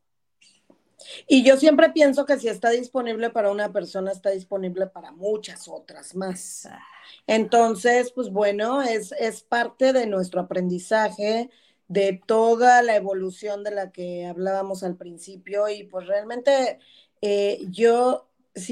Y yo siempre pienso que si está disponible para una persona, está disponible para muchas otras más. Entonces, pues bueno, es parte de nuestro aprendizaje, de toda la evolución de la que hablábamos al principio, y pues realmente yo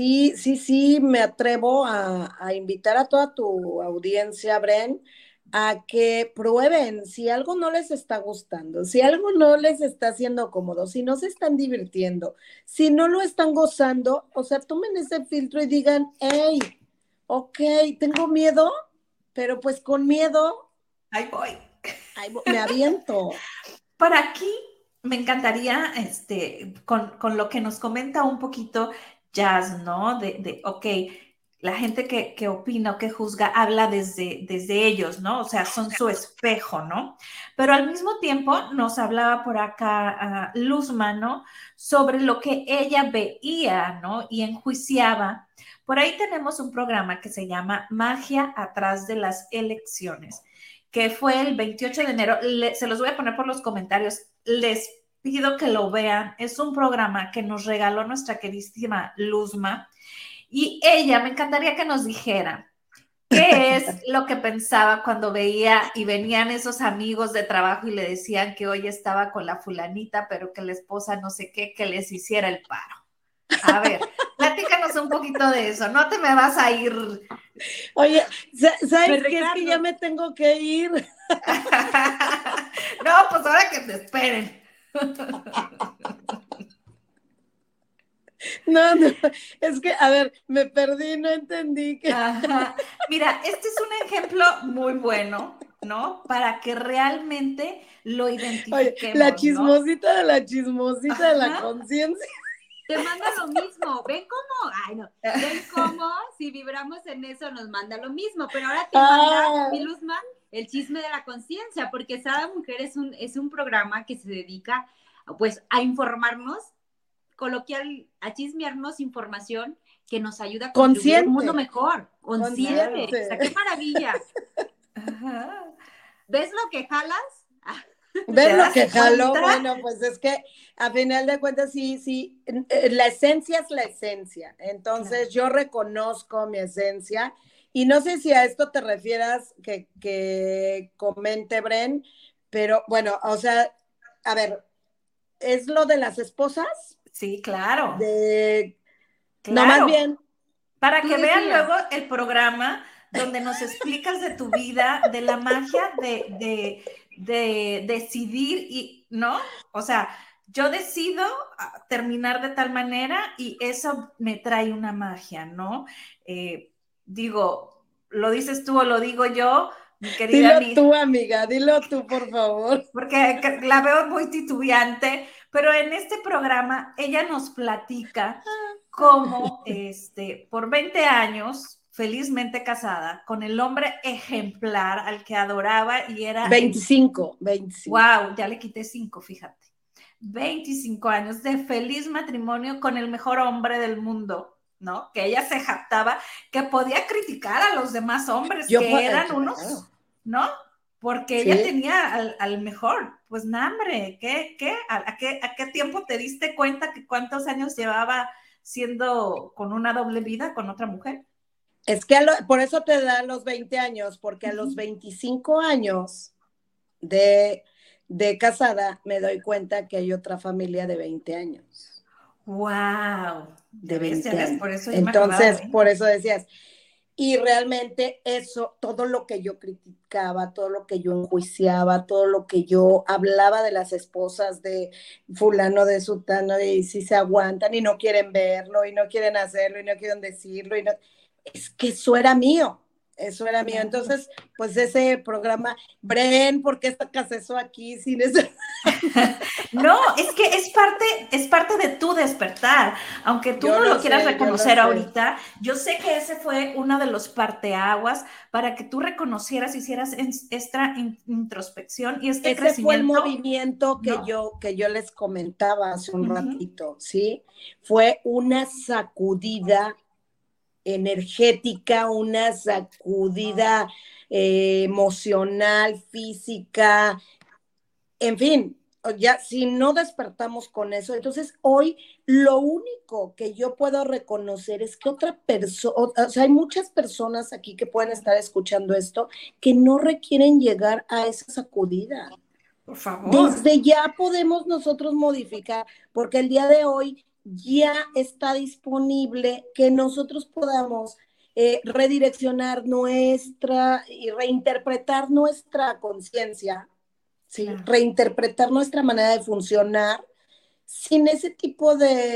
sí me atrevo a invitar a toda tu audiencia, Bren, a que prueben si algo no les está gustando, si algo no les está haciendo cómodo, si no se están divirtiendo, si no lo están gozando, o sea, tomen ese filtro y digan, hey, ok, tengo miedo, pero pues con miedo,
ahí voy.
Me aviento.
Por aquí me encantaría, con lo que nos comenta un poquito Jazz, ¿no? Ok, la gente que opina o que juzga habla desde ellos, ¿no? O sea, son su espejo, ¿no? Pero al mismo tiempo nos hablaba por acá Luzma, ¿no? Sobre lo que ella veía, ¿no? Y enjuiciaba. Por ahí tenemos un programa que se llama Magia atrás de las elecciones, que fue el 28 de enero. Se los voy a poner por los comentarios. Les pido que lo vean. Es un programa que nos regaló nuestra queridísima Luzma. Y ella, me encantaría que nos dijera qué es lo que pensaba cuando veía y venían esos amigos de trabajo y le decían que hoy estaba con la fulanita, pero que la esposa no sé qué, que les hiciera el paro. A ver, platícanos un poquito de eso. No te me vas a ir.
Oye, ¿sabes qué? Es que ya me tengo que ir.
No, pues ahora que te esperen.
No, es que, a ver, me perdí, no entendí que...
Ajá. Mira, este es un ejemplo muy bueno, ¿no? Para que realmente lo identifiquemos.
Oye, la chismosita, ¿no? De la chismosita. Ajá. De la conciencia.
Te manda lo mismo. ¿Ven cómo? Ay, no. ¿Ven cómo? Si vibramos en eso, nos manda lo mismo. Pero ahora te manda, mi Luzman, el chisme de la conciencia, porque Sada Mujer es un programa que se dedica, pues, a informarnos, coloquial, a chismearnos información que nos ayuda a construir un mundo mejor. Consciente. O sea, qué maravilla. Ajá. ¿Ves lo que jalas?
¿Ves lo que jaló? Bueno, pues es que a final de cuentas sí, la esencia es la esencia. Entonces yo reconozco mi esencia, y no sé si a esto te refieras que comente Bren, pero bueno, o sea, a ver, ¿es lo de las esposas?
Sí, claro.
Claro. No, más bien.
Para que vean luego el programa donde nos explicas de tu vida, de la magia de decidir, y ¿no? O sea, yo decido terminar de tal manera y eso me trae una magia, ¿no? Digo, ¿lo dices tú o lo digo yo, mi querida?
Dilo tú, amiga, dilo tú, por favor.
Porque la veo muy titubeante, pero en este programa ella nos platica cómo por 20 años, felizmente casada, con el hombre ejemplar al que adoraba y era...
25.
Wow, ya le quité 5, fíjate. 25 años de feliz matrimonio con el mejor hombre del mundo, ¿no? Que ella se jactaba, que podía criticar a los demás hombres, que eran unos, ¿no? Porque ella tenía al mejor. Pues, hombre, ¿a qué tiempo te diste cuenta que cuántos años llevaba siendo con una doble vida con otra mujer?
Es que por eso te da los 20 años, porque a los 25 años de de casada me doy cuenta que hay otra familia de 20 años.
¡Wow!
De 20
¿Ya ves?
años.
Por eso yo me acordaba
Entonces,
de mí.
por eso decías, y realmente eso, todo lo que yo criticaba, todo lo que yo enjuiciaba, todo lo que yo hablaba de las esposas de fulano, de sutano, y si se aguantan y no quieren verlo, y no quieren hacerlo, y no quieren decirlo, y no, es que eso era mío. Eso era mío. Entonces, pues ese programa, Bren, ¿por qué sacas eso aquí sin eso?
No, es que es parte de tu despertar. Aunque tú no lo quieras
Yo lo
reconocer
sé.
ahorita, yo sé que ese fue uno de los parteaguas para que tú reconocieras, hicieras esta introspección y este
Ese fue el
crecimiento,
movimiento
¿no?
que yo les comentaba hace un
Uh-huh.
ratito, ¿sí? Fue una sacudida energética, una sacudida emocional, física, en fin, ya si no despertamos con eso, entonces hoy lo único que yo puedo reconocer es que otra persona, o sea, hay muchas personas aquí que pueden estar escuchando esto que no requieren llegar a esa sacudida.
Por favor.
Desde ya podemos nosotros modificar, porque el día de hoy ya está disponible que nosotros podamos redireccionar nuestra y reinterpretar nuestra conciencia, ¿sí?
Claro.
Reinterpretar nuestra manera de funcionar sin ese tipo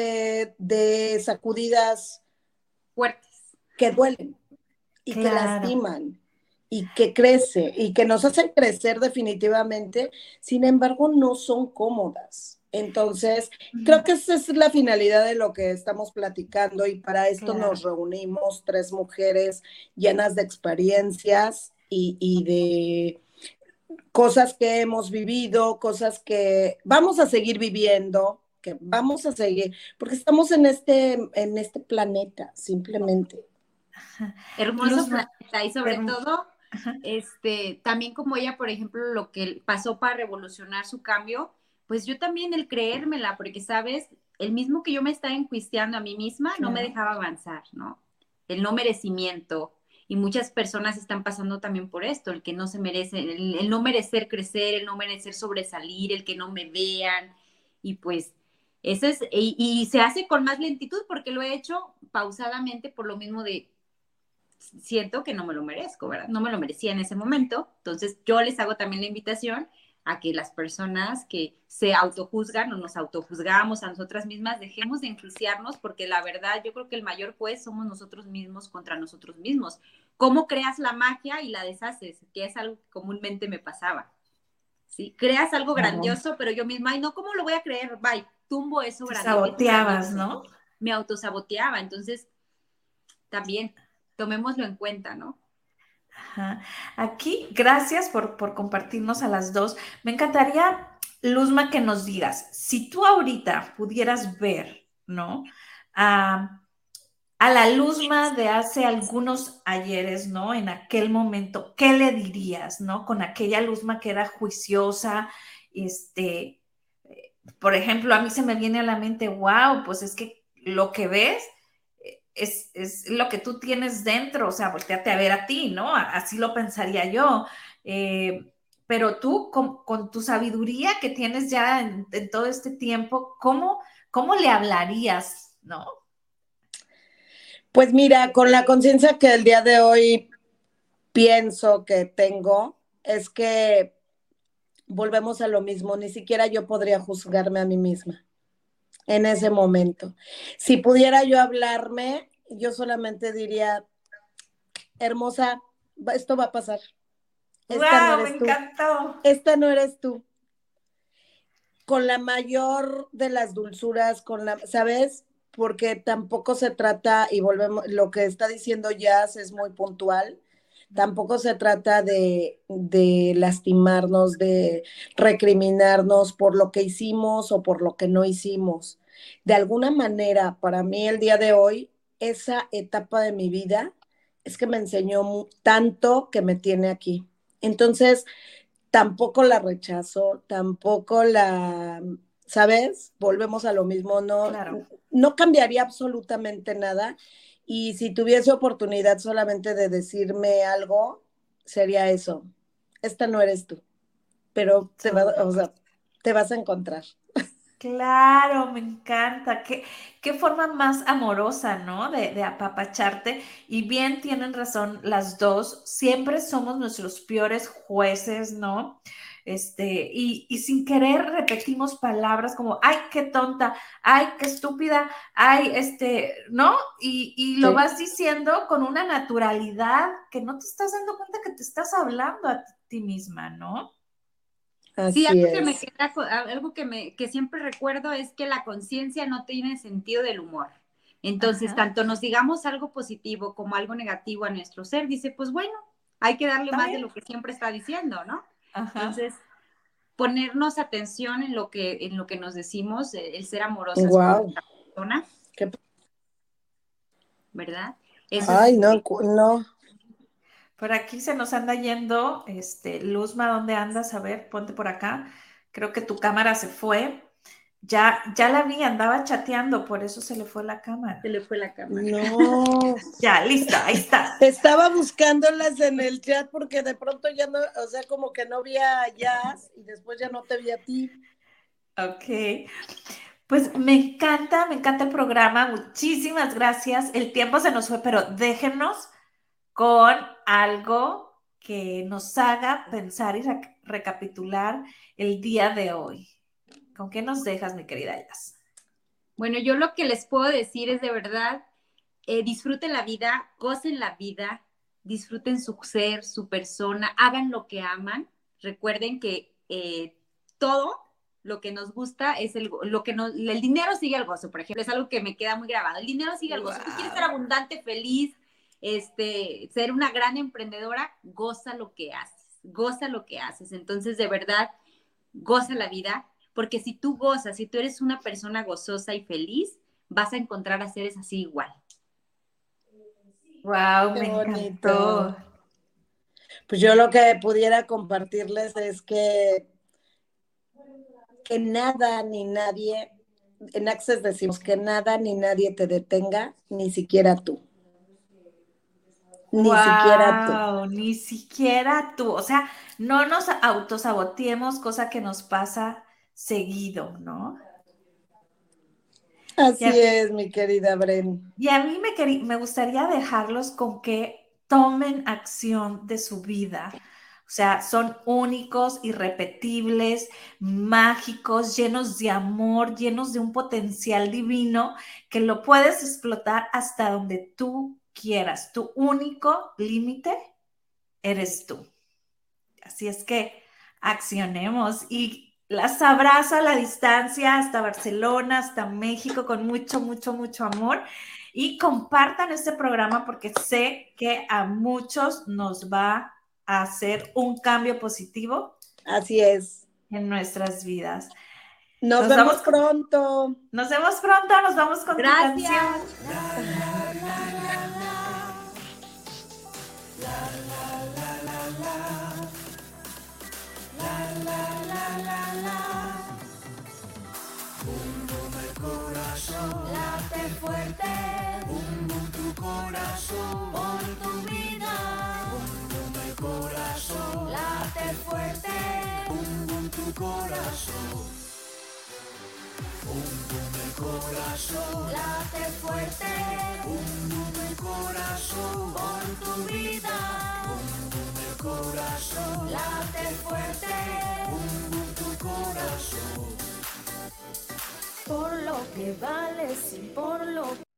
de sacudidas
Fuertes.
que duelen y que
Claro.
lastiman y que crece y que nos hacen crecer definitivamente, sin embargo no son cómodas. Entonces, creo que esa es la finalidad de lo que estamos platicando y para esto
Claro.
nos reunimos tres mujeres llenas de experiencias y de cosas que hemos vivido, cosas que vamos a seguir viviendo, que vamos a seguir, porque estamos en este planeta, simplemente.
Hermoso
Luzma,
planeta y sobre todo,
ajá.
también como ella, por ejemplo, lo que pasó para revolucionar su cambio, pues yo también el creérmela, porque sabes, el mismo que yo me estaba enjuiciando a mí misma no me
Claro.
dejaba avanzar, ¿no? El no merecimiento. Y muchas personas están pasando también por esto, el que no se merece, el no merecer crecer, el no merecer sobresalir, el que no me vean. Y pues eso es, y se hace con más lentitud porque lo he hecho pausadamente por lo mismo de siento que no me lo merezco, ¿verdad? No me lo merecía en ese momento. Entonces yo les hago también la invitación a que las personas que se autojuzgan o nos autojuzgamos a nosotras mismas, dejemos de enjuiciarnos porque la verdad yo creo que el mayor juez somos nosotros mismos contra nosotros mismos. ¿Cómo creas la magia y la deshaces? Que es algo que comúnmente me pasaba. ¿Sí? Creas algo
Oh,
grandioso, pero yo misma, ay, no, ¿cómo lo voy a creer? Bye, tumbo eso
te saboteabas,
grandioso.
¿no?
Me autosaboteaba. Entonces, también tomémoslo en cuenta, ¿no?
Ajá. Aquí, gracias por compartirnos a las dos. Me encantaría, Luzma, que nos digas, si tú ahorita pudieras ver, ¿no? A la Luzma de hace algunos ayeres, ¿no? En aquel momento, ¿qué le dirías, ¿no? Con aquella Luzma que era juiciosa, por ejemplo, a mí se me viene a la mente, wow, pues es que lo que ves es lo que tú tienes dentro, o sea, volteate a ver a ti, ¿no? Así lo pensaría yo. Pero tú, con tu sabiduría que tienes ya en todo este tiempo, ¿cómo le hablarías, ¿no?
Pues mira, con la conciencia que el día de hoy pienso que tengo, es que volvemos a lo mismo, ni siquiera yo podría juzgarme a mí misma en ese momento. Si pudiera yo hablarme, yo solamente diría, hermosa, esto va a pasar, esta no
¡Wow! Me
eres tú,
encantó.
esta no eres tú, con la mayor de las dulzuras, con la, ¿sabes? Porque tampoco se trata, y volvemos, lo que está diciendo Jazz es muy puntual, tampoco se trata de lastimarnos, de recriminarnos por lo que hicimos o por lo que no hicimos. De alguna manera, para mí el día de hoy, esa etapa de mi vida es que me enseñó tanto que me tiene aquí. Entonces, tampoco la rechazo, tampoco la, ¿sabes? Volvemos a lo mismo, no,
Claro.
no cambiaría absolutamente nada. Y si tuviese oportunidad solamente de decirme algo, sería eso. Esta no eres tú. pero o sea, te vas a encontrar.
Claro, me encanta. Qué forma más amorosa, ¿no? De apapacharte. Y bien tienen razón las dos. Siempre somos nuestros peores jueces, ¿no? Y sin querer repetimos palabras como, ay, qué tonta, ay, qué estúpida, ay, ¿no? Y lo
Sí.
vas diciendo con una naturalidad que no te estás dando cuenta que te estás hablando a ti misma, ¿no?
Sí,
Así
algo que me
es.
queda, algo que siempre recuerdo es que la conciencia no tiene sentido del humor. Entonces,
Ajá.
tanto nos digamos algo positivo como algo negativo a nuestro ser, dice, pues bueno, hay que darle más de lo que siempre está diciendo, ¿no?
Ajá.
Entonces, ponernos atención en lo que nos decimos, el ser amorosas con
Wow.
nuestra persona,
Qué...
¿verdad? Eso
Ay,
es.
no, no.
Por aquí se nos anda yendo, Luzma, ¿dónde andas? A ver, ponte por acá. Creo que tu cámara se fue. Ya la vi, andaba chateando, por eso se le fue la cámara.
Se le fue la cámara.
No.
Ya, lista, ahí está.
Estaba buscándolas en el chat porque de pronto ya no, o sea, como que no vi a Jazz y después ya no te vi a ti.
Ok. Pues me encanta el programa. Muchísimas gracias. El tiempo se nos fue, pero déjenos con algo que nos haga pensar y recapitular el día de hoy. ¿Con qué nos dejas, mi querida Yas?
Bueno, yo lo que les puedo decir es de verdad, disfruten la vida, gocen la vida, disfruten su ser, su persona, hagan lo que aman. Recuerden que todo lo que nos gusta es lo que el dinero sigue al gozo, por ejemplo, es algo que me queda muy grabado. El dinero sigue al gozo. Tú quieres ser abundante, feliz, ser una gran emprendedora, goza lo que haces, goza lo que haces. Entonces, de verdad, goza la vida, porque si tú gozas, si tú eres una persona gozosa y feliz, vas a encontrar a seres así igual.
Wow,
Qué
me
bonito.
encantó.
Pues yo lo que pudiera compartirles es que nada ni nadie, en Access decimos que nada ni nadie te detenga, ni siquiera tú. Ni siquiera tú.
Wow, ni siquiera tú. O sea, no nos autosaboteemos, cosa que nos pasa seguido, ¿no? Y
Así
a,
es, mi querida Bren.
y a mí me gustaría dejarlos con que tomen acción de su vida. O sea, son únicos, irrepetibles, mágicos, llenos de amor, llenos de un potencial divino que lo puedes explotar hasta donde tú quieras. Tu único límite eres tú. Así es que accionemos y las abrazo a la distancia hasta Barcelona, hasta México, con mucho, mucho, mucho amor. Y compartan este programa porque sé que a muchos nos va a hacer un cambio positivo
Así es.
en nuestras vidas.
Nos vemos pronto.
Nos vemos pronto, nos vamos con tu
Gracias.
canción.
Late fuerte, bum bum tu corazón, por tu vida, bum bum el corazón, late fuerte, bum bum tu corazón, bum bum el corazón, late fuerte, bum bum el corazón, por tu vida, bum bum el corazón, late fuerte, bum bum tu corazón. Por lo que vales y por lo